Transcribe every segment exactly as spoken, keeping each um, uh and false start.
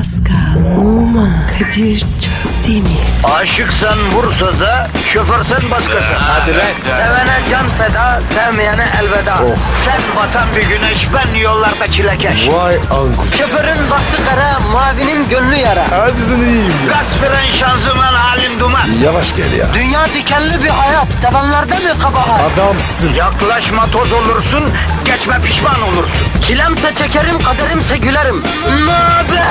Pascal, Oman, Kadir çok değil mi? Aşıksan vursa da, şoförsen başkasın. Hadi lan. Sevene can feda, sevmeyene elveda. Oh. Sen batan bir güneş, ben yollarda çilekeş. Vay anku. Şoförün baktı kara, mavinin gönlü yara. Hadi sen iyiyim ya. Kasperen şanzıman halin duman. Yavaş gel ya. Dünya dikenli bir hayat, sevenlerde mi kabahar? Adamsın. Yaklaşma toz olursun, geçme pişman olursun. Çilemse çekerim, kaderimse gülerim. Möber!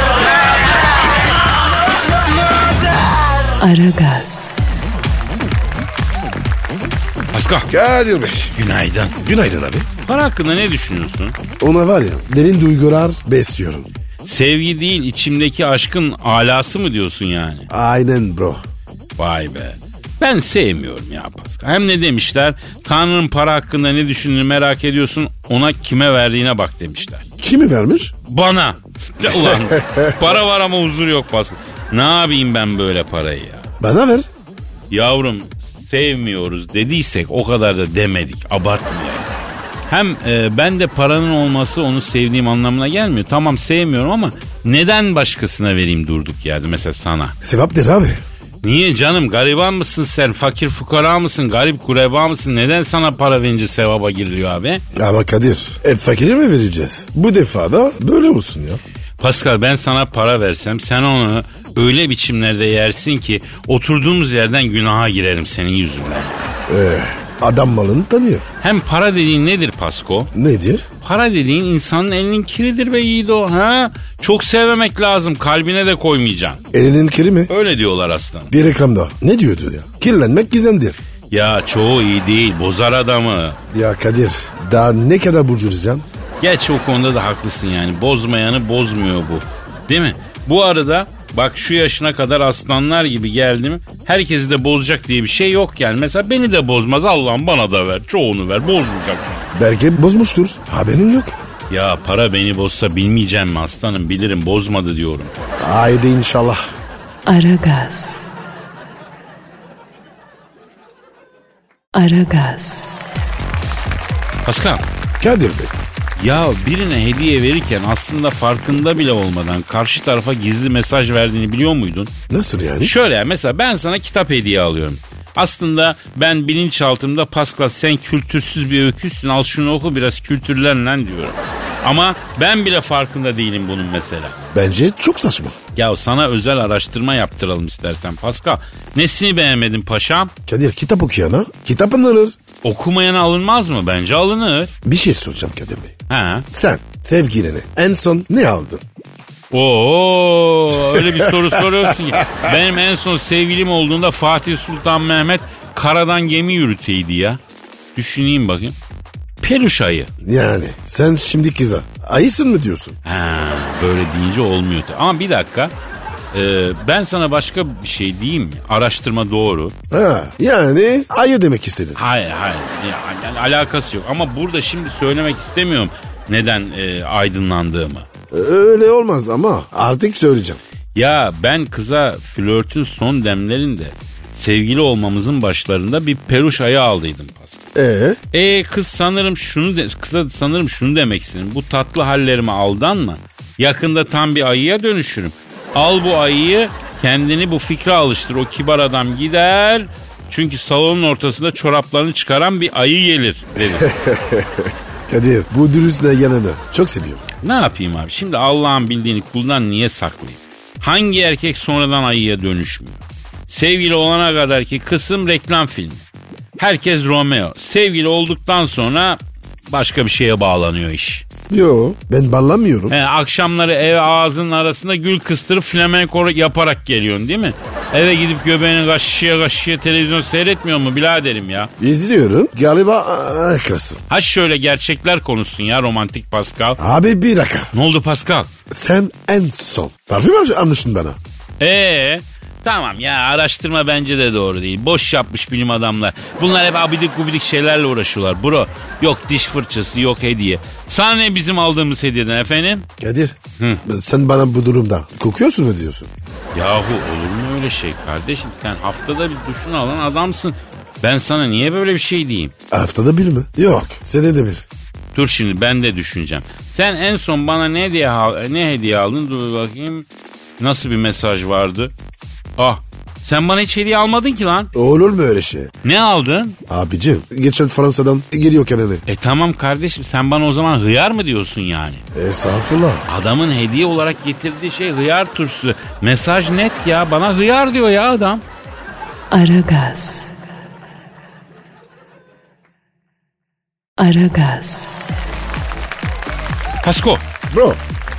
Aragaz, Pascal, Kadir Bey. günaydın. Günaydın abi. Para hakkında ne düşünüyorsun? Ona var ya derin duygular besliyorum. Sevgi değil, içimdeki aşkın alası mı diyorsun yani? Aynen bro. Vay be. Ben sevmiyorum ya Pascal. Hem ne demişler? Tanrı'nın para hakkında ne düşündüğünü merak ediyorsun, ona kime verdiğine bak demişler. Kimi vermiş? Bana. Ulan para var ama huzur yok Pascal. Ne yapayım ben böyle parayı ya? Bana ver. Yavrum, sevmiyoruz dediysek o kadar da demedik. Abartmayalım. Hem e, ben de paranın olması onu sevdiğim anlamına gelmiyor. Tamam, sevmiyorum ama neden başkasına vereyim durduk yerde, mesela sana? Sevaptır abi. Niye canım, gariban mısın sen, fakir fukara mısın, garip kureba mısın, neden sana para verince sevaba giriliyor abi? Ama Kadir hep fakire mi vereceğiz? Bu defa da böyle olsun ya. Pascal, ben sana para versem sen onu öyle biçimlerde yersin ki oturduğumuz yerden günaha girerim senin yüzünden. Ee, adam malını tanıyor. Hem para dediğin nedir Pasko? Nedir? Para dediğin insanın elinin kiridir be yiğido. Ha? Çok sevmemek lazım, kalbine de koymayacaksın. Elinin kiri mi? Öyle diyorlar aslanım. Bir reklamda. Ne diyordu ya? Kirlenmek güzeldir. Ya çoğu iyi değil, bozar adamı. Ya Kadir daha ne kadar burculayacaksın? Geç, o konuda da haklısın yani. Bozmayanı bozmuyor bu. Değil mi? Bu arada bak, şu yaşına kadar aslanlar gibi geldim. Herkesi de bozacak diye bir şey yok yani. Mesela beni de bozmaz, Allah'ım bana da ver. Çoğunu ver, bozmayacak. Belki bozmuştur. Haberin yok. Ya para beni bozsa bilmeyeceğim mi aslanım? Bilirim, bozmadı diyorum. Haydi inşallah. Aragaz. Aragaz. Pascal. Kadir Bey. Ya birine hediye verirken aslında farkında bile olmadan karşı tarafa gizli mesaj verdiğini biliyor muydun? Nasıl yani? Şöyle, mesela ben sana kitap hediye alıyorum. Aslında ben bilinçaltımda Pascal sen kültürsüz bir öküzsün, al şunu oku biraz kültürlen lan diyorum. Ama ben bile farkında değilim bunun mesela. Bence çok saçma. Ya sana özel araştırma yaptıralım istersen Pascal. Nesini beğenmedin paşam? Kadir kitap okuyana kitap alır. Okumayana alınmaz mı? Bence alınır. Bir şey soracağım Kadir Bey. Ha. Sen sevgiline en son ne aldın? Oo, öyle bir soru soruyorsun ki. Benim en son sevgilim olduğunda Fatih Sultan Mehmet karadan gemi yürüteydi ya. Düşüneyim bakayım. Peluş ayı. Yani sen şimdi kıza ayısın mı diyorsun? Ha, böyle deyince olmuyor. Ama bir dakika. Ee, ben sana başka bir şey diyeyim mi? Araştırma doğru. Ha, yani ayı demek istedin. Hayır hayır. Yani alakası yok. Ama burada şimdi söylemek istemiyorum neden e, aydınlandığımı. Öyle olmaz ama artık söyleyeceğim. Ya ben kıza flörtün son demlerinde sevgili olmamızın başlarında bir peluş ayı aldıydım Pascal. Ee? E kız sanırım şunu de, kıza sanırım şunu demek istedim. Bu tatlı hallerime aldanma. Yakında tam bir ayıya dönüşürüm. Al bu ayıyı, kendini bu fikre alıştır. O kibar adam gider. Çünkü salonun ortasında çoraplarını çıkaran bir ayı gelir dedi. Kadir bu dürüstle yanını çok seviyorum. Ne yapayım abi? Şimdi Allah'ın bildiğini kuldan niye saklayayım? Hangi erkek sonradan ayıya dönüşmüyor? Sevgili olana kadar ki kısım reklam filmi. Herkes Romeo. Sevgili olduktan sonra başka bir şeye bağlanıyor iş. Yo, ben ballamıyorum. He, akşamları eve ağzının arasında gül kıstırıp flamenko yaparak geliyorsun değil mi? Eve gidip göbeğini kaşıya kaşıya televizyon seyretmiyor mu biraderim ya? İzliyorum. Galiba arkasın. Ha şöyle gerçekler konuşsun ya romantik Pascal. Abi bir dakika. Ne oldu Pascal? Sen en son parfüm almışsın bana. Eee? Tamam ya, araştırma bence de doğru değil. Boş yapmış bilim adamlar. Bunlar hep abidik gubidik şeylerle uğraşıyorlar bro. Yok diş fırçası, yok hediye. Sana ne bizim aldığımız hediyeden efendim? Kadir, Hı. sen bana bu durumda kokuyorsun mu diyorsun? Yahu olur mu öyle şey kardeşim? Sen haftada bir duşunu alan adamsın. Ben sana niye böyle bir şey diyeyim? Haftada bir mi? Yok, senede bir. Dur şimdi ben de düşüneceğim. Sen en son bana ne hediye, ne hediye aldın? Dur bakayım. Nasıl bir mesaj vardı? Ah, sen bana hiç hediye almadın ki lan. Olur mu öyle şey? Ne aldın? Abicim geçen Fransa'dan geliyor kendine. E tamam kardeşim, sen bana o zaman hıyar mı diyorsun yani? Estağfurullah. Adamın hediye olarak getirdiği şey hıyar turşusu. Mesaj net ya, bana hıyar diyor ya adam. Aragaz. Aragaz. Pasko, Bro.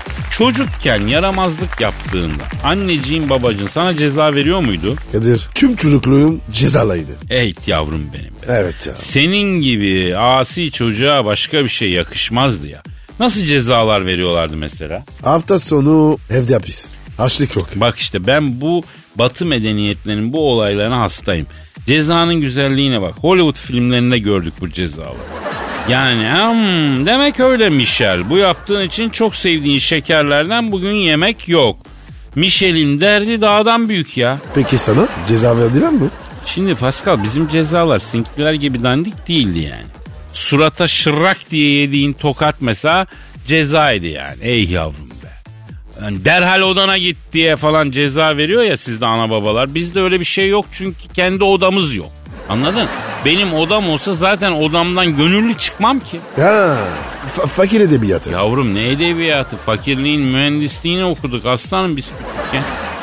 çocukken yaramazlık yaptığında anneciğin babacığın sana ceza veriyor muydu? Kadir tüm çocukluğum cezalaydı. Ey yavrum benim be. Evet ya. Senin gibi asi çocuğa başka bir şey yakışmazdı ya. Nasıl cezalar veriyorlardı mesela? Hafta sonu evde hapis. Açlık yok. Bak işte ben bu Batı medeniyetlerinin bu olaylarına hastayım. Cezanın güzelliğine bak. Hollywood filmlerinde gördük bu cezaları. Yani hmm, demek öyle Michel. Bu yaptığın için çok sevdiğin şekerlerden bugün yemek yok. Michel'in derdi dağdan büyük ya. Peki sana ceza verdiler mi? Şimdi Pascal, bizim cezalar sinkliler gibi dandik değildi yani. Surata şırrak diye yediğin tokat mesela cezaydı yani. Ey yavrum be. Yani derhal odana git diye falan ceza veriyor ya sizde ana babalar. Bizde öyle bir şey yok çünkü kendi odamız yok. Anladın? Benim odam olsa zaten odamdan gönüllü çıkmam ki. Ha, fa- fakir edebiyatı. Yavrum ne edebiyatı? Fakirliğin mühendisliğini okuduk aslanım biz küçükken.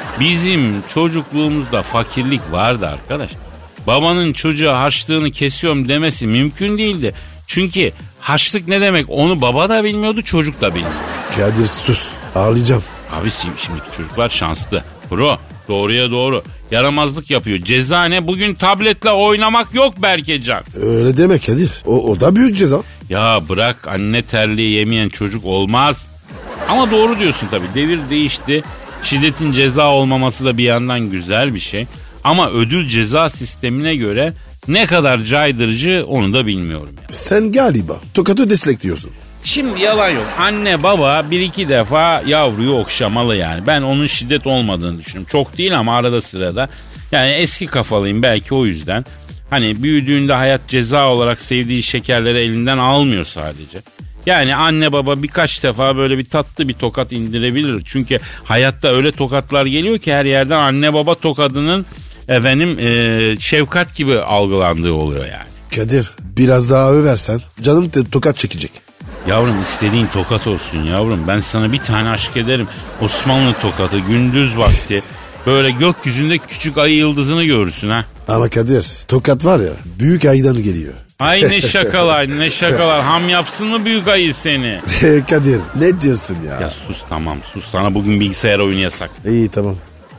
Bizim çocukluğumuzda fakirlik vardı arkadaş. Babanın çocuğa harçlığını kesiyorum demesi mümkün değildi. Çünkü harçlık ne demek onu baba da bilmiyordu, çocuk da bilmiyordu. Kadir sus, ağlayacağım. Abi şimdiki çocuklar şanslı. Bro, doğruya doğru. Yaramazlık yapıyor. Ceza ne? Bugün tabletle oynamak yok Berkecan. Öyle deme Kadir. O, o da büyük ceza. Ya bırak, anne terliği yemeyen çocuk olmaz. Ama doğru diyorsun tabii. Devir değişti. Şiddetin ceza olmaması da bir yandan güzel bir şey. Ama ödül ceza sistemine göre ne kadar caydırıcı onu da bilmiyorum ya. Sen galiba tokatı destekliyorsun. Şimdi yalan yok. Anne baba bir iki defa yavruyu okşamalı yani. Ben onun şiddet olmadığını düşünüyorum. Çok değil ama arada sırada. Yani eski kafalıyım belki o yüzden. Hani büyüdüğünde hayat ceza olarak sevdiği şekerleri elinden almıyor sadece. Yani anne baba birkaç defa böyle bir tatlı bir tokat indirebilir. Çünkü hayatta öyle tokatlar geliyor ki her yerden anne baba tokadının efendim e, şefkat gibi algılandığı oluyor yani. Kadir biraz daha översen canım te- tokat çekecek. Yavrum istediğin tokat olsun yavrum. Ben sana bir tane aşk ederim. Osmanlı tokatı gündüz vakti. Böyle gökyüzünde küçük ay yıldızını görürsün ha. Ama Kadir tokat var ya büyük aydan geliyor. Ay ne şakalar ne şakalar. Ham yapsın mı büyük ayı seni? Kadir ne diyorsun ya? Ya sus tamam sus. Sana bugün bilgisayar oyunu yasak. İyi tamam.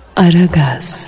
Aragaz.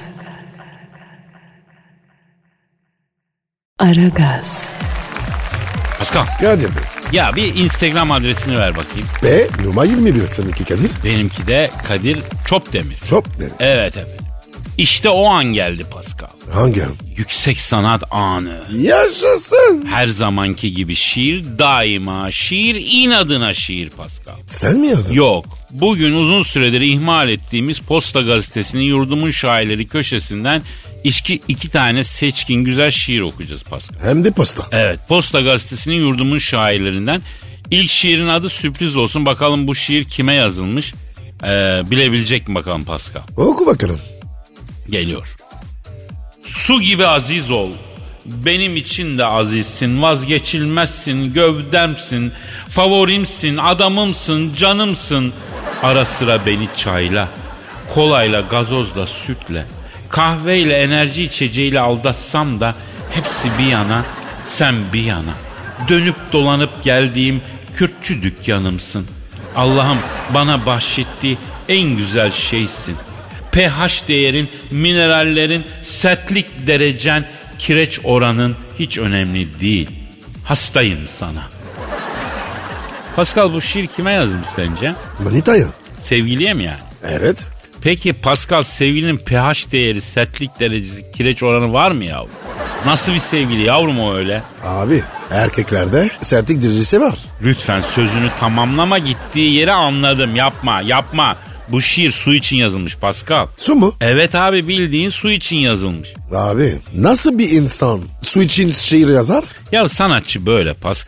Aragaz. Pascal. Kadir Bey. Ya bir Instagram adresini ver bakayım. Ve numara yirmi bir seninki Kadir. Benimki de Kadir Çopdemir. Çok derim. Evet efendim. İşte o an geldi Pascal. Hangi an? Yüksek sanat anı. Yaşasın. Her zamanki gibi şiir daima şiir, inadına şiir Pascal. Sen mi yazdın? Yok. Bugün uzun süredir ihmal ettiğimiz Posta Gazetesi'nin Yurdumun Şairleri köşesinden iki, iki tane seçkin güzel şiir okuyacağız Pascal. Hem de posta. Evet, Posta Gazetesi'nin Yurdumun Şairlerinden. İlk şiirin adı sürpriz olsun. Bakalım bu şiir kime yazılmış? Ee, bilebilecek mi bakalım Pascal? Oku bakalım. Geliyor. Su gibi aziz ol. Benim için de azizsin, vazgeçilmezsin, gövdemsin, favorimsin, adamımsın, canımsın. Ara sıra beni çayla, kolayla, gazozla, sütle, kahveyle, enerji içeceğiyle aldatsam da hepsi bir yana, sen bir yana. Dönüp dolanıp geldiğim Kürtçü dükkanımsın. Allah'ım bana bahşettiği en güzel şeysin. pH değerin, minerallerin, sertlik derecen, kireç oranın hiç önemli değil. Hastayım sana. Pascal bu şiir kime yazmış sence? Manita'ya. Sevgiliye mi yani? Evet. Peki Pascal sevgilinin pH değeri, sertlik derecesi, kireç oranı var mı yavrum? Nasıl bir sevgili yavrum o öyle? Abi erkeklerde sertlik derecesi var. Lütfen sözünü tamamlama, gittiği yeri anladım. Yapma yapma. Bu şiir su için yazılmış Pascal. Su mu? Evet abi, bildiğin su için yazılmış. Abi nasıl bir insan su için şiir yazar? Ya sanatçı böyle Pascal.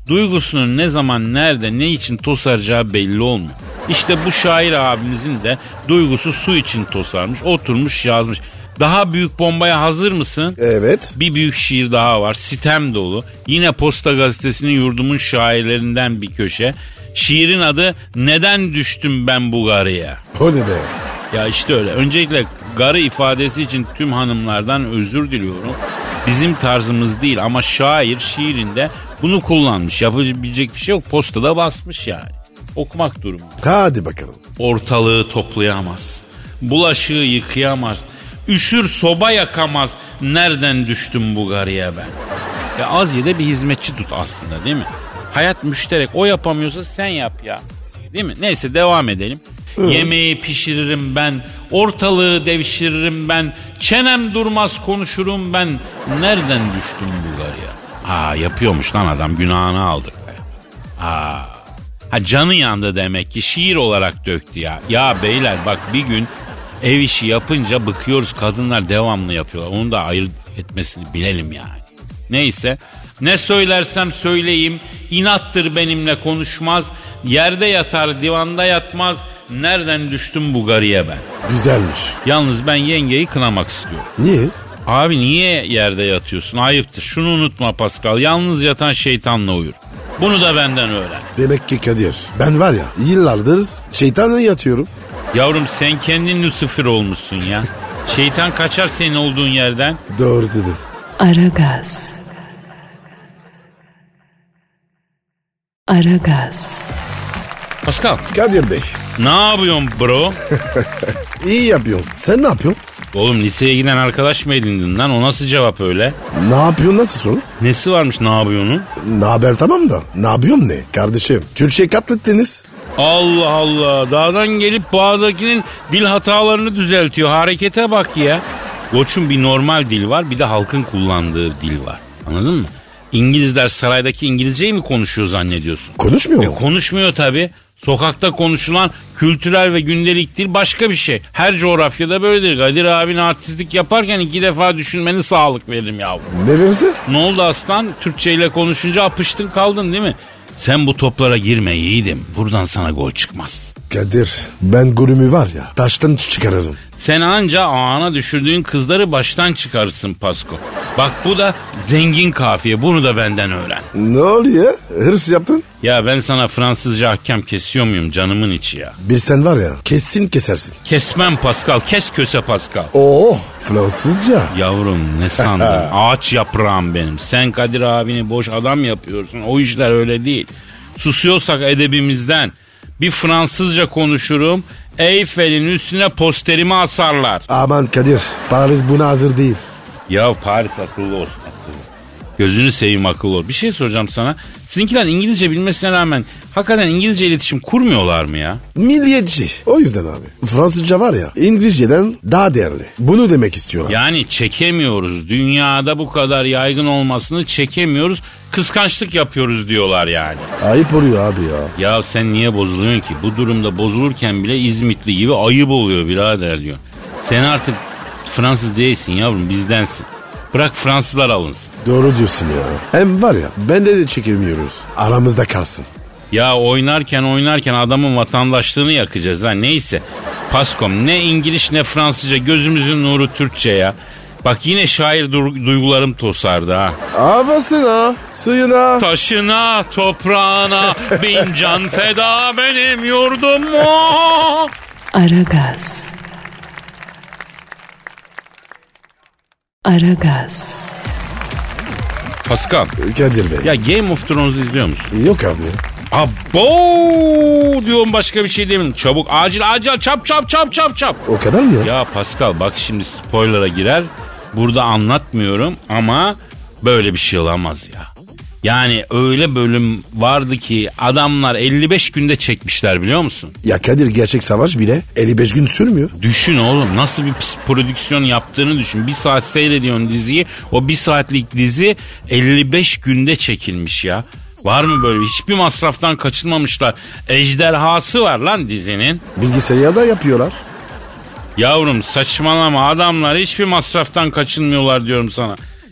duygusunun ne zaman, nerede, ne için tosaracağı belli olmuyor. İşte bu şair abimizin de duygusu su için tosarmış, oturmuş yazmış. Daha büyük bombaya hazır mısın? Evet. Bir büyük şiir daha var. Sitem dolu. Yine Posta Gazetesi'nin yurdumun şairlerinden bir köşe. Şiirin adı Neden Düştüm Ben Bu Garıya? O ne be? Ya işte öyle. Öncelikle garı ifadesi için tüm hanımlardan özür diliyorum. Bizim tarzımız değil ama şair şiirinde bunu kullanmış. Yapabilecek bir şey yok. Postada basmış yani. Okumak durumu. Hadi bakalım. Ortalığı toplayamaz. Bulaşığı yıkayamaz. Üşür soba yakamaz. Nereden düştüm bu garıya ben? Ya az ye de bir hizmetçi tut aslında, değil mi? Hayat müşterek. O yapamıyorsa sen yap ya. Değil mi? Neyse devam edelim. Hı. Yemeği pişiririm ben. Ortalığı devşiririm ben. Çenem durmaz konuşurum ben. Nereden düştüm bu garıya? Aa, yapıyormuş lan adam. Günahını aldık be. Aa. Ha, canı yandı demek ki. Şiir olarak döktü ya. Ya beyler bak, bir gün ev işi yapınca bıkıyoruz. Kadınlar devamlı yapıyorlar. Onu da ayırt etmesini bilelim yani. Neyse. Ne söylersem söyleyeyim. İnattır benimle konuşmaz. Yerde yatar divanda yatmaz. Nereden düştüm bu garıya ben? Güzelmiş. Yalnız ben yengeyi kınamak istiyorum. Niye? Abi niye yerde yatıyorsun? Ayıptır. Şunu unutma Pascal. Yalnız yatan şeytanla uyur. Bunu da benden öğren. Demek ki Kadir, ben var ya yıllardır şeytanla yatıyorum. Yavrum sen kendin Lucifer olmuşsun ya. Şeytan kaçar senin olduğun yerden. Doğru dedin. Aragaz. Aragaz. Pascal. Kadir Bey. Ne yapıyorsun bro? İyi yapıyorsun. Sen ne yapıyorsun? Oğlum liseye giden arkadaş mı edindin lan? O nasıl cevap öyle? Ne yapıyorsun, nasıl soru? Nesi varmış ne yapıyorsun? Ne haber tamam da ne yapıyorsun ne? Kardeşim Türkçe katlettiniz. Allah Allah. Dağdan gelip bağdakinin dil hatalarını düzeltiyor. Harekete bak ya. Koçum bir normal dil var, bir de halkın kullandığı dil var. Anladın mı? İngilizler saraydaki İngilizceyi mi konuşuyor zannediyorsun? Konuşmuyor mu? E, konuşmuyor tabii. Sokakta konuşulan kültürel ve gündelik dil başka bir şey. Her coğrafyada böyledir. Kadir abin artistlik yaparken iki defa düşünmeni sağlık veririm yavrum. Ne verirse? Ne oldu aslan? Türkçe ile konuşunca apıştın kaldın değil mi? Sen bu toplara girme yiğidim. Buradan sana gol çıkmaz. Kadir, ben golümü var ya taştan çıkarırım. Sen anca ağına düşürdüğün kızları baştan çıkarırsın Pasko. Bak bu da zengin kafiye. Bunu da benden öğren. Ne oluyor? Hırs yaptın? Ya ben sana Fransızca ahkam kesiyor muyum canımın içi ya? Bir sen var ya kesin kesersin. Kesmem Pascal. Kes köse Pascal. Oo, Fransızca. Yavrum ne sandın? Ağaç yaprağım benim. Sen Kadir abini boş adam yapıyorsun. O işler öyle değil. Susuyorsak edebimizden. Bir Fransızca konuşurum. Eyfel'in üstüne posterimi asarlar. Aman Kadir, Paris buna hazır değil. Ya Paris akıllı olsun akıllı. Gözünü seveyim akıllı ol. Bir şey soracağım sana. Sizinkiler İngilizce bilmesine rağmen hakikaten İngilizce iletişim kurmuyorlar mı ya? Milliyetçi. O yüzden abi. Fransızca var ya İngilizceden daha değerli. Bunu demek istiyorlar. Yani çekemiyoruz. Dünyada bu kadar yaygın olmasını çekemiyoruz. Kıskançlık yapıyoruz diyorlar yani. Ayıp oluyor abi ya. Ya sen niye bozuluyorsun ki? Bu durumda bozulurken bile İzmitli gibi ayıp oluyor birader diyor. Sen artık Fransız değilsin yavrum, bizdensin. Bırak Fransızlar alınsın. Doğru diyorsun ya. Hem var ya bende de çekilmiyoruz. Aramızda kalsın. Ya oynarken oynarken adamın vatandaşlığını yakacağız ha. Neyse. Paskom ne İngiliz ne Fransızca, gözümüzün nuru Türkçe ya. Bak yine şair du- duygularım tosardı ha. Havasına, suyuna. Taşına, toprağına bin can feda benim yurdum mu? Aragaz. Aragaz. Pascal. Kadir Bey. Ya Game of Thrones'u izliyor musun? Yok abi. Abo diyorum, başka bir şey demiyorum. Çabuk acil acil çap çap çap çap çap. O kadar mı ya? Ya Pascal bak şimdi spoiler'a girer. Burada anlatmıyorum ama böyle bir şey olamaz ya. Yani öyle bölüm vardı ki adamlar elli beş günde çekmişler biliyor musun? Ya Kadir, gerçek savaş bile elli beş gün sürmüyor. Düşün oğlum, nasıl bir prodüksiyon yaptığını düşün. Bir saat seyrediyorsun diziyi, o bir saatlik dizi elli beş günde çekilmiş ya. Var mı böyle? Hiçbir masraftan kaçınmamışlar. Ejderhası var lan dizinin. Bilgisayarda yapıyorlar. Yavrum saçmalama, adamlar hiçbir masraftan kaçınmıyorlar diyorum sana.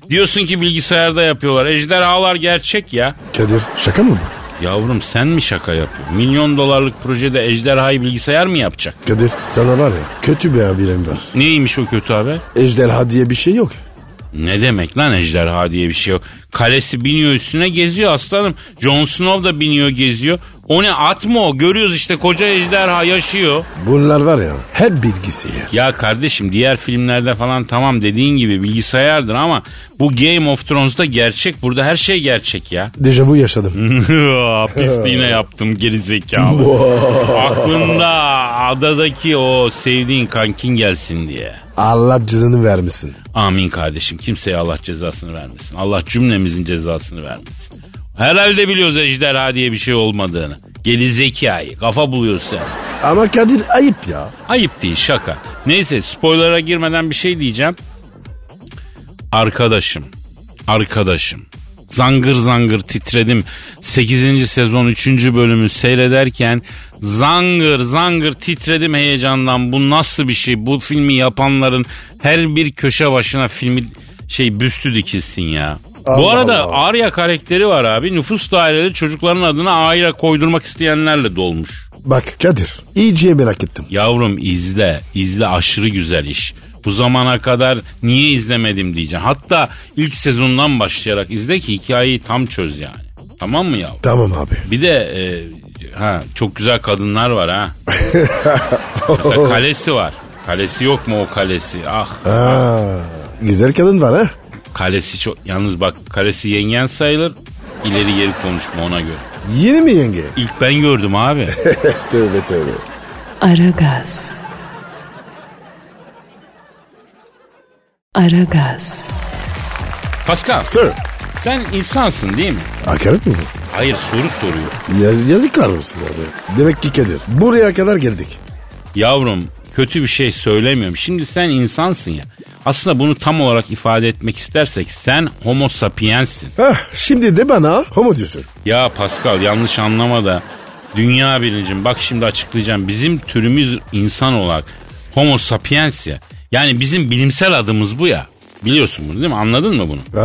Diyorsun ki bilgisayarda yapıyorlar. Ejderhalar gerçek ya. Kadir şaka mı bu? Yavrum sen mi şaka yapıyorsun? Milyon dolarlık projede ejderhayı bilgisayar mı yapacak? Kadir sana var ya kötü bir haberim var. Neymiş o kötü haber? Ejderha diye bir şey yok. Ne demek lan ejderha diye bir şey yok. Kalesi biniyor üstüne geziyor aslanım. Jon Snow da biniyor geziyor. O ne at mı o? Görüyoruz işte koca ejderha yaşıyor. Bunlar var ya hep bilgisayar. Ya kardeşim diğer filmlerde falan tamam dediğin gibi bilgisayardır ama bu Game of Thrones'da gerçek. Burada her şey gerçek ya. Dejavu yaşadım. Pisliğine yaptım gerizekalı. Aklında adadaki o sevdiğin kankin gelsin diye. Allah cezanı vermesin. Amin kardeşim. Kimseye Allah cezasını vermesin. Allah cümlemizin cezasını vermesin. Herhalde biliyoruz ejderha diye bir şey olmadığını. Gerizekalı. Kafa buluyorsun sen. Ama Kadir ayıp ya. Ayıp değil şaka. Neyse spoiler'a girmeden bir şey diyeceğim. Arkadaşım. Arkadaşım. Zangır zangır titredim. sekizinci sezon üçüncü bölümü seyrederken zangır zangır titredim heyecandan. Bu nasıl bir şey? Bu filmi yapanların her bir köşe başına filmi şey büstü dikilsin ya. Allah Bu arada Allah. Arya karakteri var abi. Nüfus daireleri çocukların adına Arya koydurmak isteyenlerle dolmuş. Bak Kadir iyice merak ettim. Yavrum izle. İzle aşırı güzel iş. Bu zamana kadar niye izlemedim diyeceğim. Hatta ilk sezondan başlayarak izle ki hikayeyi tam çöz yani. Tamam mı yavrum? Tamam abi. Bir de e, ha çok güzel kadınlar var ha. Mesela kalesi var. Kalesi yok mu o kalesi? Ah. Aa, güzel kadın var ha. Kalesi çok... Yalnız bak kalesi yengen sayılır. İleri geri konuşma ona göre. Yeni mi yenge? İlk ben gördüm abi. Tövbe tövbe. Aragaz. Aragaz. Pascal. Sir. Sen insansın değil mi? Hakaret mi bu? Hayır soru soruyor. Yaz, yazıklar olsun abi. Demek ki Kadir. Buraya kadar geldik. Yavrum kötü bir şey söylemiyorum. Şimdi sen insansın ya. Aslında bunu tam olarak ifade etmek istersek sen homo sapienssin. Hah, şimdi de bana homo diyorsun. Ya Pascal yanlış anlama da dünya bilincim bak şimdi açıklayacağım. Bizim türümüz insan olarak homo sapiens ya. Yani bizim bilimsel adımız bu ya. Biliyorsun bunu değil mi? Anladın mı bunu?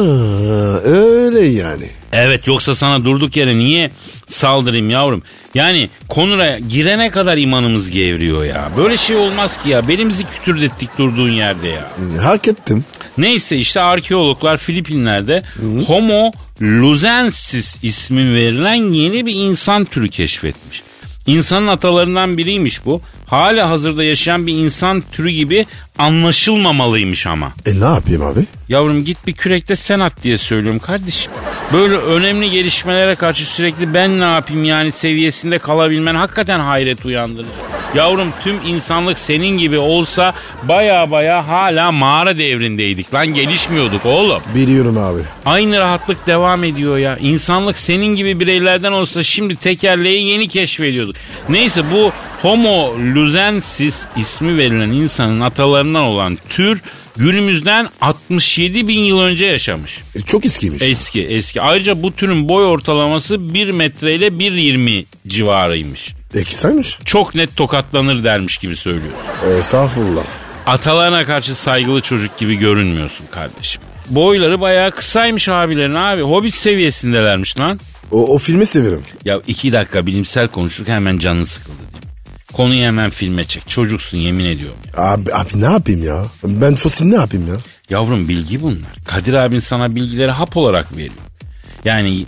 Aa, öyle yani. Evet yoksa sana durduk yere niye saldırayım yavrum? Yani konuya girene kadar imanımız gevriyor ya. Böyle şey olmaz ki ya. Belimizi kütürdettik durduğun yerde ya. Hak ettim. Neyse işte arkeologlar Filipinler'de Hı. Homo luzensis ismi verilen yeni bir insan türü keşfetmiş. İnsanın atalarından biriymiş bu. Hala hazırda yaşayan bir insan türü gibi anlaşılmamalıymış ama. E ne yapayım abi? Yavrum git bir kürekte sen at diye söylüyorum kardeşim. Böyle önemli gelişmelere karşı sürekli ben ne yapayım yani seviyesinde kalabilmen hakikaten hayret uyandırır. Yavrum tüm insanlık senin gibi olsa baya baya hala mağara devrindeydik lan, gelişmiyorduk oğlum. Biliyorum abi. Aynı rahatlık devam ediyor ya. İnsanlık senin gibi bireylerden olsa şimdi tekerleği yeni keşfediyorduk. Neyse bu Homo luzensis ismi verilen insanın atalarından olan tür günümüzden altmış yedi bin yıl önce yaşamış. E, çok eskiymiş. Eski eski. Ayrıca bu türün boy ortalaması bir metre ile bir yirmi civarıymış. E kısaymış. Çok net tokatlanır dermiş gibi söylüyor. Estağfurullah. Atalarına karşı saygılı çocuk gibi görünmüyorsun kardeşim. Boyları bayağı kısaymış abilerin abi. Hobbit seviyesindelermiş lan. O, o filmi severim. Ya iki dakika bilimsel konuştuk hemen canın sıkıldı değil mi? Konuyu hemen filme çek. Çocuksun yemin ediyorum. Ya. Abi, abi ne yapayım ya? Ben fosil ne yapayım ya? Yavrum bilgi bunlar. Kadir abin sana bilgileri hap olarak veriyor. Yani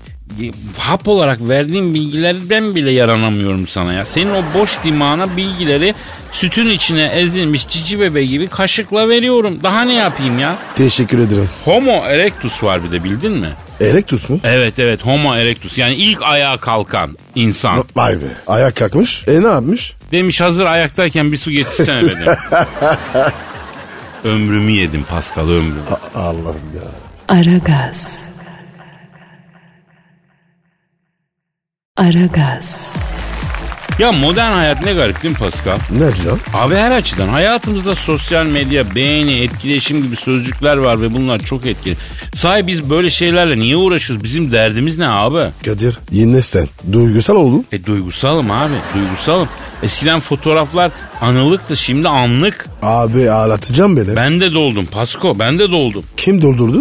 hap olarak verdiğim bilgilerden bile yaranamıyorum sana ya. Senin o boş dimağına bilgileri sütün içine ezilmiş cici bebe gibi kaşıkla veriyorum. Daha ne yapayım ya? Teşekkür ederim. Homo erectus var bir de, bildin mi? Erectus mu? Evet evet Homo erectus, yani ilk ayağa kalkan insan. Vay be, ayak kalkmış. E ne yapmış? Demiş hazır ayaktayken bir su getirsene be. Ömrümü yedim Pascal, ömrümü. A- Allah'ım ya. Aragaz. Aragaz. Ya modern hayat ne garip değil mi Pascal? Ne açıdan? Abi her açıdan. Hayatımızda sosyal medya, beğeni, etkileşim gibi sözcükler var ve bunlar çok etkili. Sahi biz böyle şeylerle niye uğraşıyoruz? Bizim derdimiz ne abi? Kadir yine sen duygusal oldun. E duygusalım abi, duygusalım. Eskiden fotoğraflar anılıktı, şimdi anlık. Abi ağlatacağım beni. Ben de doldum Pasko, ben de doldum. Kim doldurdu?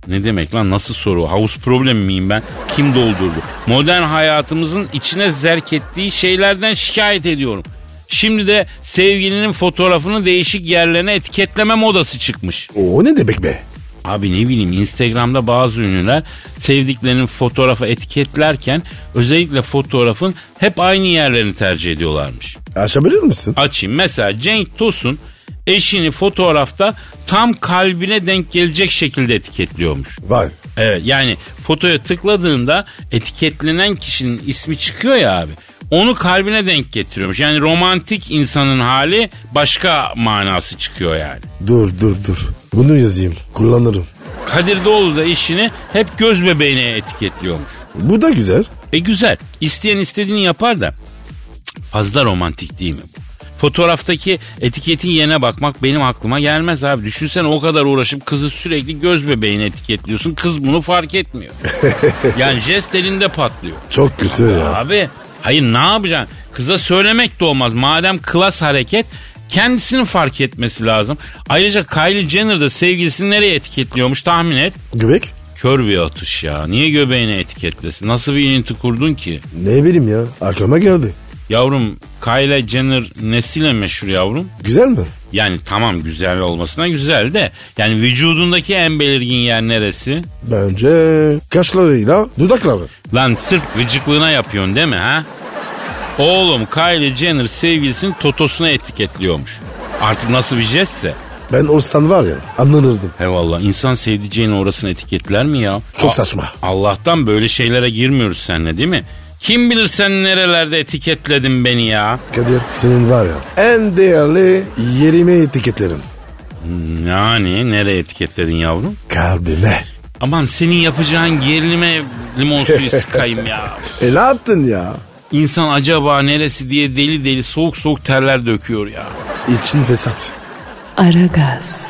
Ne demek lan, nasıl soru? Havuz problemi miyim ben? Kim doldurdu? Modern hayatımızın içine zerk ettiği şeylerden şikayet ediyorum. Şimdi de sevgilinin fotoğrafını değişik yerlerine etiketleme modası çıkmış. O ne demek be? Abi ne bileyim, Instagram'da bazı ünlüler sevdiklerinin fotoğrafı etiketlerken özellikle fotoğrafın hep aynı yerlerini tercih ediyorlarmış. Açabilir misin? Açayım. Mesela Cenk Tosun eşini fotoğrafta tam kalbine denk gelecek şekilde etiketliyormuş. Vay. Evet, yani fotoya tıkladığında etiketlenen kişinin ismi çıkıyor ya abi. Onu kalbine denk getiriyormuş. Yani romantik insanın hali başka manası çıkıyor yani. Dur dur dur. Bunu yazayım. Kullanırım. Kadir Doğulu da eşini hep göz bebeğine etiketliyormuş. Bu da güzel. E güzel. İsteyen istediğini yapar da fazla romantik değil mi bu? Fotoğraftaki etiketin yerine bakmak benim aklıma gelmez abi. Düşünsene, o kadar uğraşıp kızı sürekli göz bebeğine etiketliyorsun. Kız bunu fark etmiyor. Yani jest elinde patlıyor. Çok kötü abi, ya. Abi hayır, ne yapacaksın? Kıza söylemek de olmaz. Madem klas hareket, kendisinin fark etmesi lazım. Ayrıca Kylie Jenner da sevgilisini nereye etiketliyormuş, tahmin et. Göbek? Kör bir atış ya. Niye göbeğine etiketlesin? Nasıl bir ilinti kurdun ki? Ne bileyim ya. Aklıma geldi. Yavrum, Kylie Jenner nesiyle meşhur yavrum? Güzel mi? Yani tamam, güzel olmasına güzel de yani vücudundaki en belirgin yer neresi? Bence kaşlarıyla dudakları. Lan sırf gıcıklığına yapıyorsun değil mi ha? Oğlum, Kylie Jenner sevgilisinin totosuna etiketliyormuş. Artık nasıl bir jestse. Ben olsan var ya, anlanırdım. Eyvallah, insan sevdiceğini orasını etiketler mi ya? Çok A- saçma. Allah'tan böyle şeylere girmiyoruz seninle, değil mi? Kim bilir sen nerelerde etiketledin beni ya? Kadir, senin var ya en değerli yerime etiketlerim. Yani nereye etiketledin yavrum? Kalbime. Aman, senin yapacağın gerilime limon suyu sıkayım ya. E ne yaptın ya? İnsan acaba neresi diye deli deli soğuk soğuk terler döküyor ya. İçin fesat. Aragaz.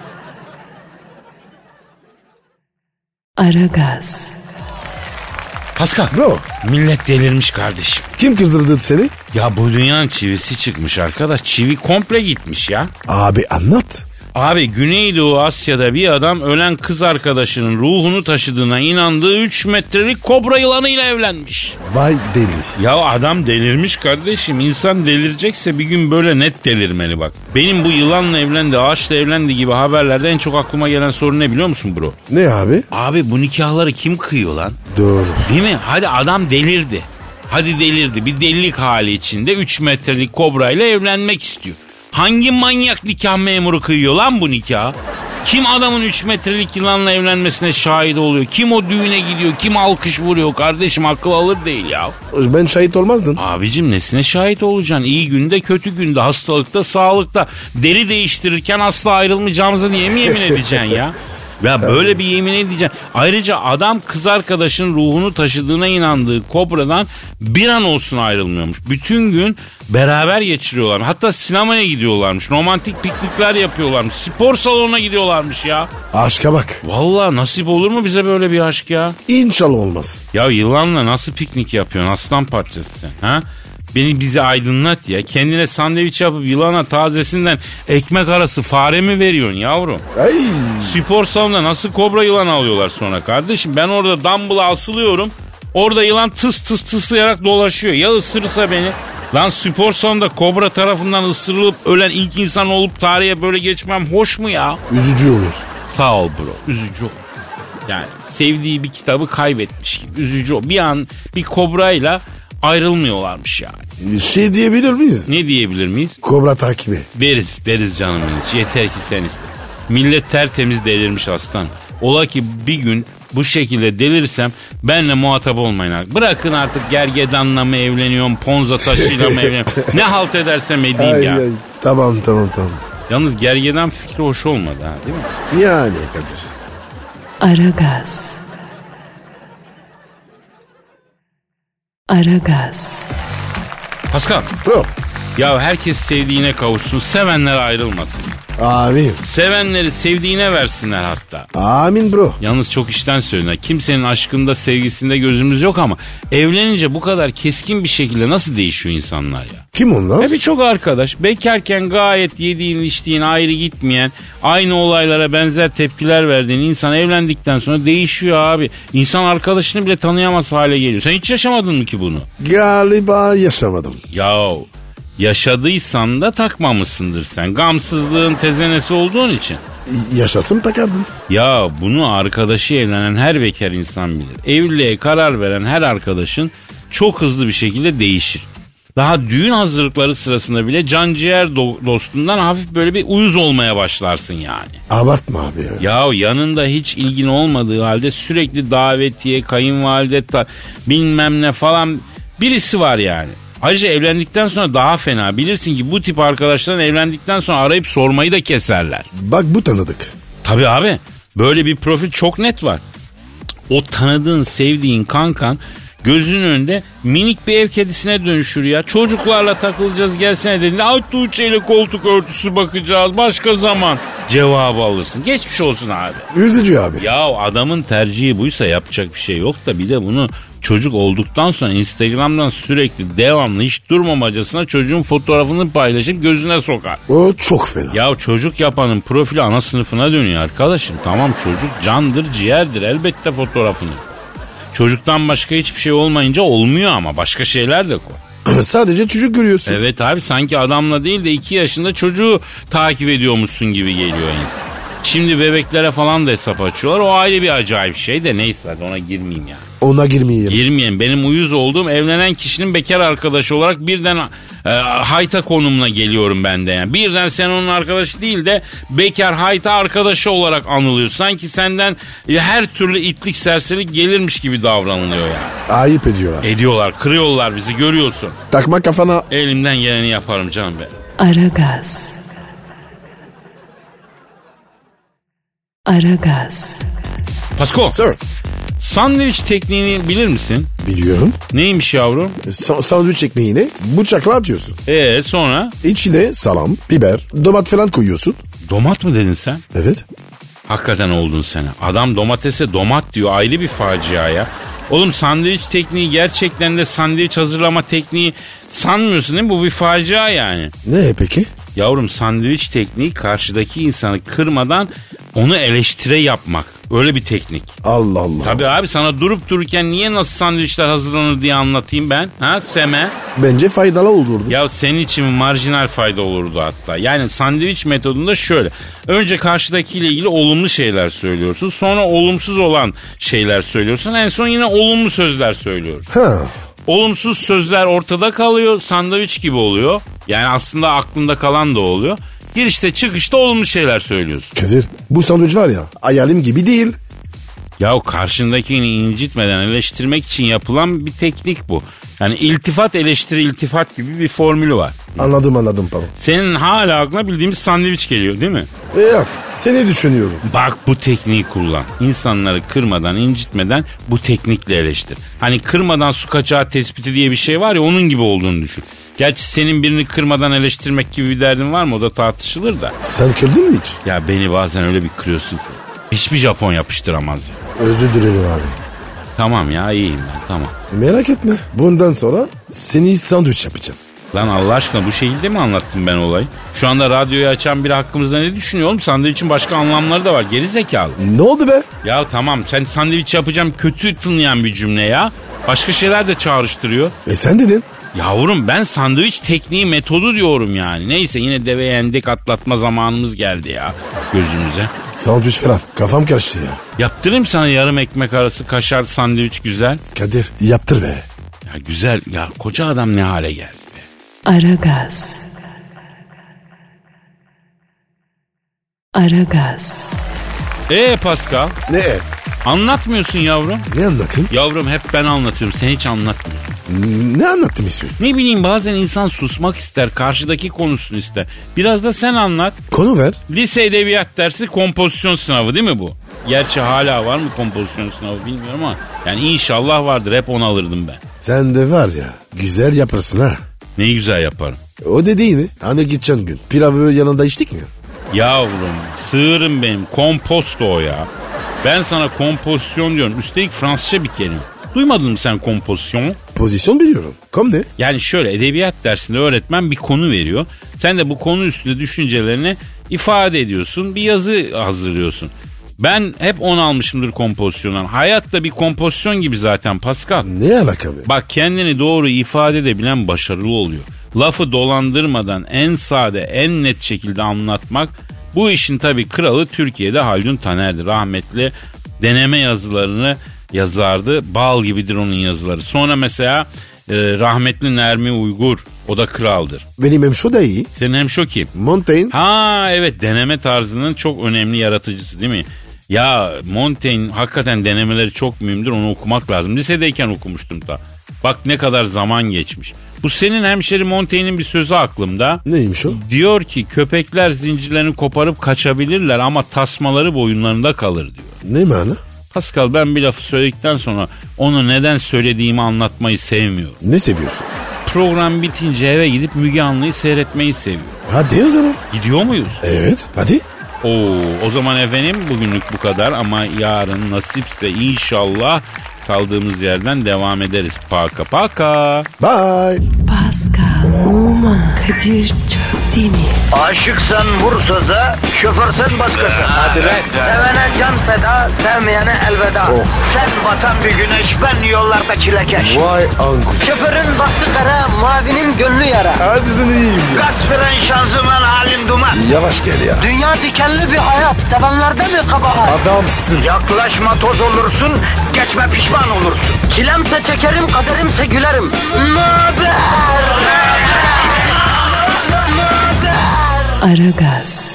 Aragaz. Pascal. Bro. Millet delirmiş kardeşim. Kim kızdırdı seni? Ya bu dünyanın çivisi çıkmış arkadaş. Çivi komple gitmiş ya. Abi anlat. Abi, Güneydoğu Asya'da bir adam ölen kız arkadaşının ruhunu taşıdığına inandığı üç metrelik kobra yılanıyla evlenmiş. Vay deli. Ya adam delirmiş kardeşim. İnsan delirecekse bir gün böyle net delirmeli bak. Benim bu yılanla evlendi, ağaçla evlendi gibi haberlerde en çok aklıma gelen soru ne biliyor musun bro? Ne abi? Abi, bu nikahları kim kıyıyor lan? Doğru. Değil mi? Hadi adam delirdi. Hadi delirdi. Bir delilik hali içinde üç metrelik kobrayla evlenmek istiyor. Hangi manyak nikah memuru kıyıyor lan bu nikah? Kim adamın üç metrelik yılanla evlenmesine şahit oluyor? Kim o düğüne gidiyor? Kim alkış vuruyor? Kardeşim, akıl alır değil ya. Ben şahit olmazdım. Abicim, nesine şahit olacaksın? İyi günde, kötü günde, hastalıkta, sağlıkta. Deri değiştirirken asla ayrılmayacağımızı niye mi yemin edeceksin ya? Ya böyle bir yemin edeceksin. Ayrıca adam kız arkadaşının ruhunu taşıdığına inandığı kobradan bir an olsun ayrılmıyormuş. Bütün gün beraber geçiriyorlar. Hatta sinemaya gidiyorlarmış. Romantik piknikler yapıyorlarmış. Spor salonuna gidiyorlarmış ya. Aşka bak. Vallahi nasip olur mu bize böyle bir aşk ya? İnşallah olmaz. Ya yılanla nasıl piknik yapıyorsun aslan parçası sen, ha? Beni bize aydınlat ya. Kendine sandviç yapıp yılana tazesinden ekmek arası fare mi veriyorsun yavrum? Ay. Spor salonunda nasıl kobra yılan alıyorlar sonra kardeşim? Ben orada dumbbell'a asılıyorum. Orada yılan tıs tıs tıslayarak dolaşıyor. Ya ısırırsa beni? Lan spor salonunda kobra tarafından ısırılıp ölen ilk insan olup tarihe böyle geçmem hoş mu ya? Üzücü olur. Sağ ol bro. Üzücü olur. Yani sevdiği bir kitabı kaybetmiş gibi. Üzücü olur. Bir an bir kobrayla ayrılmıyorlarmış yani. Şey diyebilir miyiz? Ne diyebilir miyiz? Kobra takibi. Deriz, deriz canımın içi. Yeter ki sen iste. Millet tertemiz delirmiş aslan. Ola ki bir gün bu şekilde delirsem benle muhatap olmayın artık. Bırakın artık gergedanla mı evleniyorum, ponza taşıyla mı evleniyorum. Ne halt edersem edeyim Ay, ya. ay. Tamam tamam tamam. Yalnız gergedan fikri hoş olmadı ha, değil mi? Yani Kadir. Aragaz. Aragaz. Pascal, Bro. Ya herkes sevdiğine kavuşsun, sevenler ayrılmasın. Amin. Sevenleri sevdiğine versinler hatta. Amin bro. Yalnız çok işten söylenen. Kimsenin aşkında, sevgisinde gözümüz yok ama evlenince bu kadar keskin bir şekilde nasıl değişiyor insanlar ya? Kim onlar? E birçok arkadaş bekarken gayet yediğin içtiğin ayrı gitmeyen, aynı olaylara benzer tepkiler verdiğin insan evlendikten sonra değişiyor abi. İnsan arkadaşını bile tanıyamaz hale geliyor. Sen hiç yaşamadın mı ki bunu? Galiba yaşamadım. Yahu yaşadıysan da takmamışsındır sen. Gamsızlığın tezenesi olduğun için. Yaşasım takardım. Ya bunu arkadaşı evlenen her bekar insan bilir. Evliliğe karar veren her arkadaşın çok hızlı bir şekilde değişir. Daha düğün hazırlıkları sırasında bile canciğer do- dostundan hafif böyle bir uyuz olmaya başlarsın yani. Abartma abi ya. Ya yanında hiç ilgin olmadığı halde sürekli davetiye, kayınvalide ta- bilmem ne falan birisi var yani. Ayrıca evlendikten sonra daha fena. Bilirsin ki bu tip arkadaşların evlendikten sonra arayıp sormayı da keserler. Bak bu tanıdık. Tabii abi. Böyle bir profil çok net var. O tanıdığın, sevdiğin kankan gözünün önünde minik bir ev kedisine dönüşür ya. Çocuklarla takılacağız gelsene dediğinde ay Tuğçe ile koltuk örtüsü bakacağız başka zaman cevabı alırsın. Geçmiş olsun abi. Üzücü abi. Ya adamın tercihi buysa yapacak bir şey yok da bir de bunu çocuk olduktan sonra Instagram'dan sürekli devamlı hiç durmamacasına çocuğun fotoğrafını paylaşıp gözüne sokar. O çok fena. Ya çocuk yapanın profili ana sınıfına dönüyor arkadaşım. Tamam çocuk candır ciğerdir elbette fotoğrafını. Çocuktan başka hiçbir şey olmayınca olmuyor ama başka şeyler de koy. Sadece çocuk görüyorsun. Evet abi sanki adamla değil de iki yaşında çocuğu takip ediyormuşsun gibi geliyor insan. Şimdi bebeklere falan da hesap açıyorlar. O ayrı bir acayip şey de neyse hadi ona girmeyeyim ya. Ona girmeyeyim. Girmeyeyim. Benim uyuz olduğum evlenen kişinin bekar arkadaşı olarak birden e, hayta konumuna geliyorum ben de yani. Birden sen onun arkadaşı değil de bekar hayta arkadaşı olarak anılıyor. Sanki senden e, her türlü itlik serserilik gelirmiş gibi davranılıyor yani. Ayıp ediyorlar. Ediyorlar, kırıyorlar bizi görüyorsun. Takma kafana. Elimden geleni yaparım canım be. Aragaz. Aragaz. Pasko. Sir. Sandviç tekniğini bilir misin? Biliyorum. Neymiş yavrum? Sa- sandviç ekmeğini bıçakla atıyorsun. Ee sonra? İçine salam, biber, domat falan koyuyorsun. Domat mı dedin sen? Evet. Hakikaten oldun sen. Adam domatese domat diyor ayrı bir facia ya. Oğlum sandviç tekniği gerçekten de sandviç hazırlama tekniği sanmıyorsun değil mi? Bu bir facia yani. Ne peki? Yavrum sandviç tekniği karşıdaki insanı kırmadan onu eleştire yapmak. Öyle bir teknik. Allah Allah. Tabii abi sana durup dururken niye nasıl sandviçler hazırlanır diye anlatayım ben. Ha Seme? Bence faydalı olurdu. Ya senin için marjinal fayda olurdu hatta. Yani sandviç metodunda şöyle. Önce karşıdakiyle ilgili olumlu şeyler söylüyorsun. Sonra olumsuz olan şeyler söylüyorsun. En son yine olumlu sözler söylüyorsun. Ha. Olumsuz sözler ortada kalıyor. Sandviç gibi oluyor. Yani aslında aklında kalan da oluyor. Girişte çıkışta olumlu şeyler söylüyorsun. Kadir bu sandviç var ya hayalim gibi değil. Ya karşındakini incitmeden eleştirmek için yapılan bir teknik bu. Yani iltifat eleştiri iltifat gibi bir formülü var. Anladım anladım pardon. Senin hala aklına bildiğimiz sandviç geliyor değil mi? E yok seni düşünüyorum. Bak bu tekniği kullan. İnsanları kırmadan incitmeden bu teknikle eleştir. Hani kırmadan su kaçağı tespiti diye bir şey var ya onun gibi olduğunu düşün. Gerçi senin birini kırmadan eleştirmek gibi bir derdin var mı o da tartışılır da. Sen kırdın mı hiç? Ya beni bazen öyle bir kırıyorsun ki. Hiçbir Japon yapıştıramaz ya. Özür dilerim abi. Tamam ya iyiyim ben tamam. Merak etme. Bundan sonra seni sandviç yapacağım. Lan Allah aşkına bu şekilde mi anlattım ben olayı? Şu anda radyoyu açan biri hakkımızda ne düşünüyor oğlum? Sandviçin başka anlamları da var. Geri zekalı. Ne oldu be? Ya tamam sen sandviç yapacağım kötü tınlayan bir cümle ya. Başka şeyler de çağrıştırıyor. E sen dedin. Yavrum ben sandviç tekniği metodu diyorum yani. Neyse yine deve yendik atlatma zamanımız geldi ya gözümüze. Sandviç falan kafam karıştı ya. Yaptırayım sana yarım ekmek arası kaşar sandviç güzel. Kadir yaptır be. Ya güzel ya koca adam ne hale geldi be. Aragaz. Aragaz. Ee Pascal Ne? anlatmıyorsun yavrum. Ne anlatayım? Yavrum hep ben anlatıyorum sen hiç anlatmıyorsun. Ne anlattım istiyorsun? Ne bileyim bazen insan susmak ister karşıdaki konusunu ister. Biraz da sen anlat. Konu ver. Lise edebiyat dersi kompozisyon sınavı değil mi bu? Gerçi hala var mı kompozisyon sınavı bilmiyorum ama yani inşallah vardır hep onu alırdım ben. Sen de var ya güzel yaparsın ha. Neyi güzel yaparım. O dediğini hani gideceğin gün pilavı yanında içtik mi? Yavrum sığırım benim, komposto o ya. Ben sana kompozisyon diyorum. Üstelik Fransızca bir kelime. Duymadın mı sen kompozisyon? Pozisyon biliyorum. Kom ne? Yani şöyle, edebiyat dersinde öğretmen bir konu veriyor. Sen de bu konu üstünde düşüncelerini ifade ediyorsun. Bir yazı hazırlıyorsun. Ben hep on almışımdır kompozisyondan. Hayat da bir kompozisyon gibi zaten Pascal. Ne alaka be? Bak, kendini doğru ifade edebilen başarılı oluyor. Lafı dolandırmadan en sade, en net şekilde anlatmak, bu işin tabii kralı Türkiye'de Haldun Taner'di. Rahmetli deneme yazılarını yazardı. Bal gibidir onun yazıları. Sonra mesela e, rahmetli Nermi Uygur, o da kraldır. Benim hemşo da iyi. Senin hemşo kim? Montaigne. Ha evet, deneme tarzının çok önemli yaratıcısı değil mi? Ya Montaigne hakikaten denemeleri çok mühimdir, onu okumak lazım. Lisedeyken okumuştum da. Bak ne kadar zaman geçmiş. Bu senin hemşeri Montaigne'in bir sözü aklımda. Neymiş o? Diyor ki köpekler zincirlerini koparıp kaçabilirler ama tasmaları boyunlarında kalır diyor. Ne mana? Pascal, ben bir lafı söyledikten sonra onu neden söylediğimi anlatmayı sevmiyorum. Ne seviyorsun? Program bitince eve gidip Müge Anlı'yı seyretmeyi seviyorum. Hadi o zaman. Gidiyor muyuz? Evet hadi. Oo, o zaman efendim bugünlük bu kadar ama yarın nasipse inşallah kaldığımız yerden devam ederiz. Paka paka. Bye. Pascal, Oman, Kadir çok değil mi? Aşıksan vursa da, şoförsen başkasın. Hadi lan. Sevene can feda, sevmeyene elveda. Oh. Sen batan bir güneş, ben yollarda çilekeş. Vay anku. Şoförün baktı kara, mavinin gönlü yara. Hadi sen iyiyim ya. Kasperen şanzıman halin duman. Yavaş gel ya. Dünya dikenli bir hayat, sevenlerde mi kabahar? Adamsın. Yaklaşma toz olursun, geçme pişman olursun. Çilemse çekerim, kaderimse gülerim. Möber! Aragaz.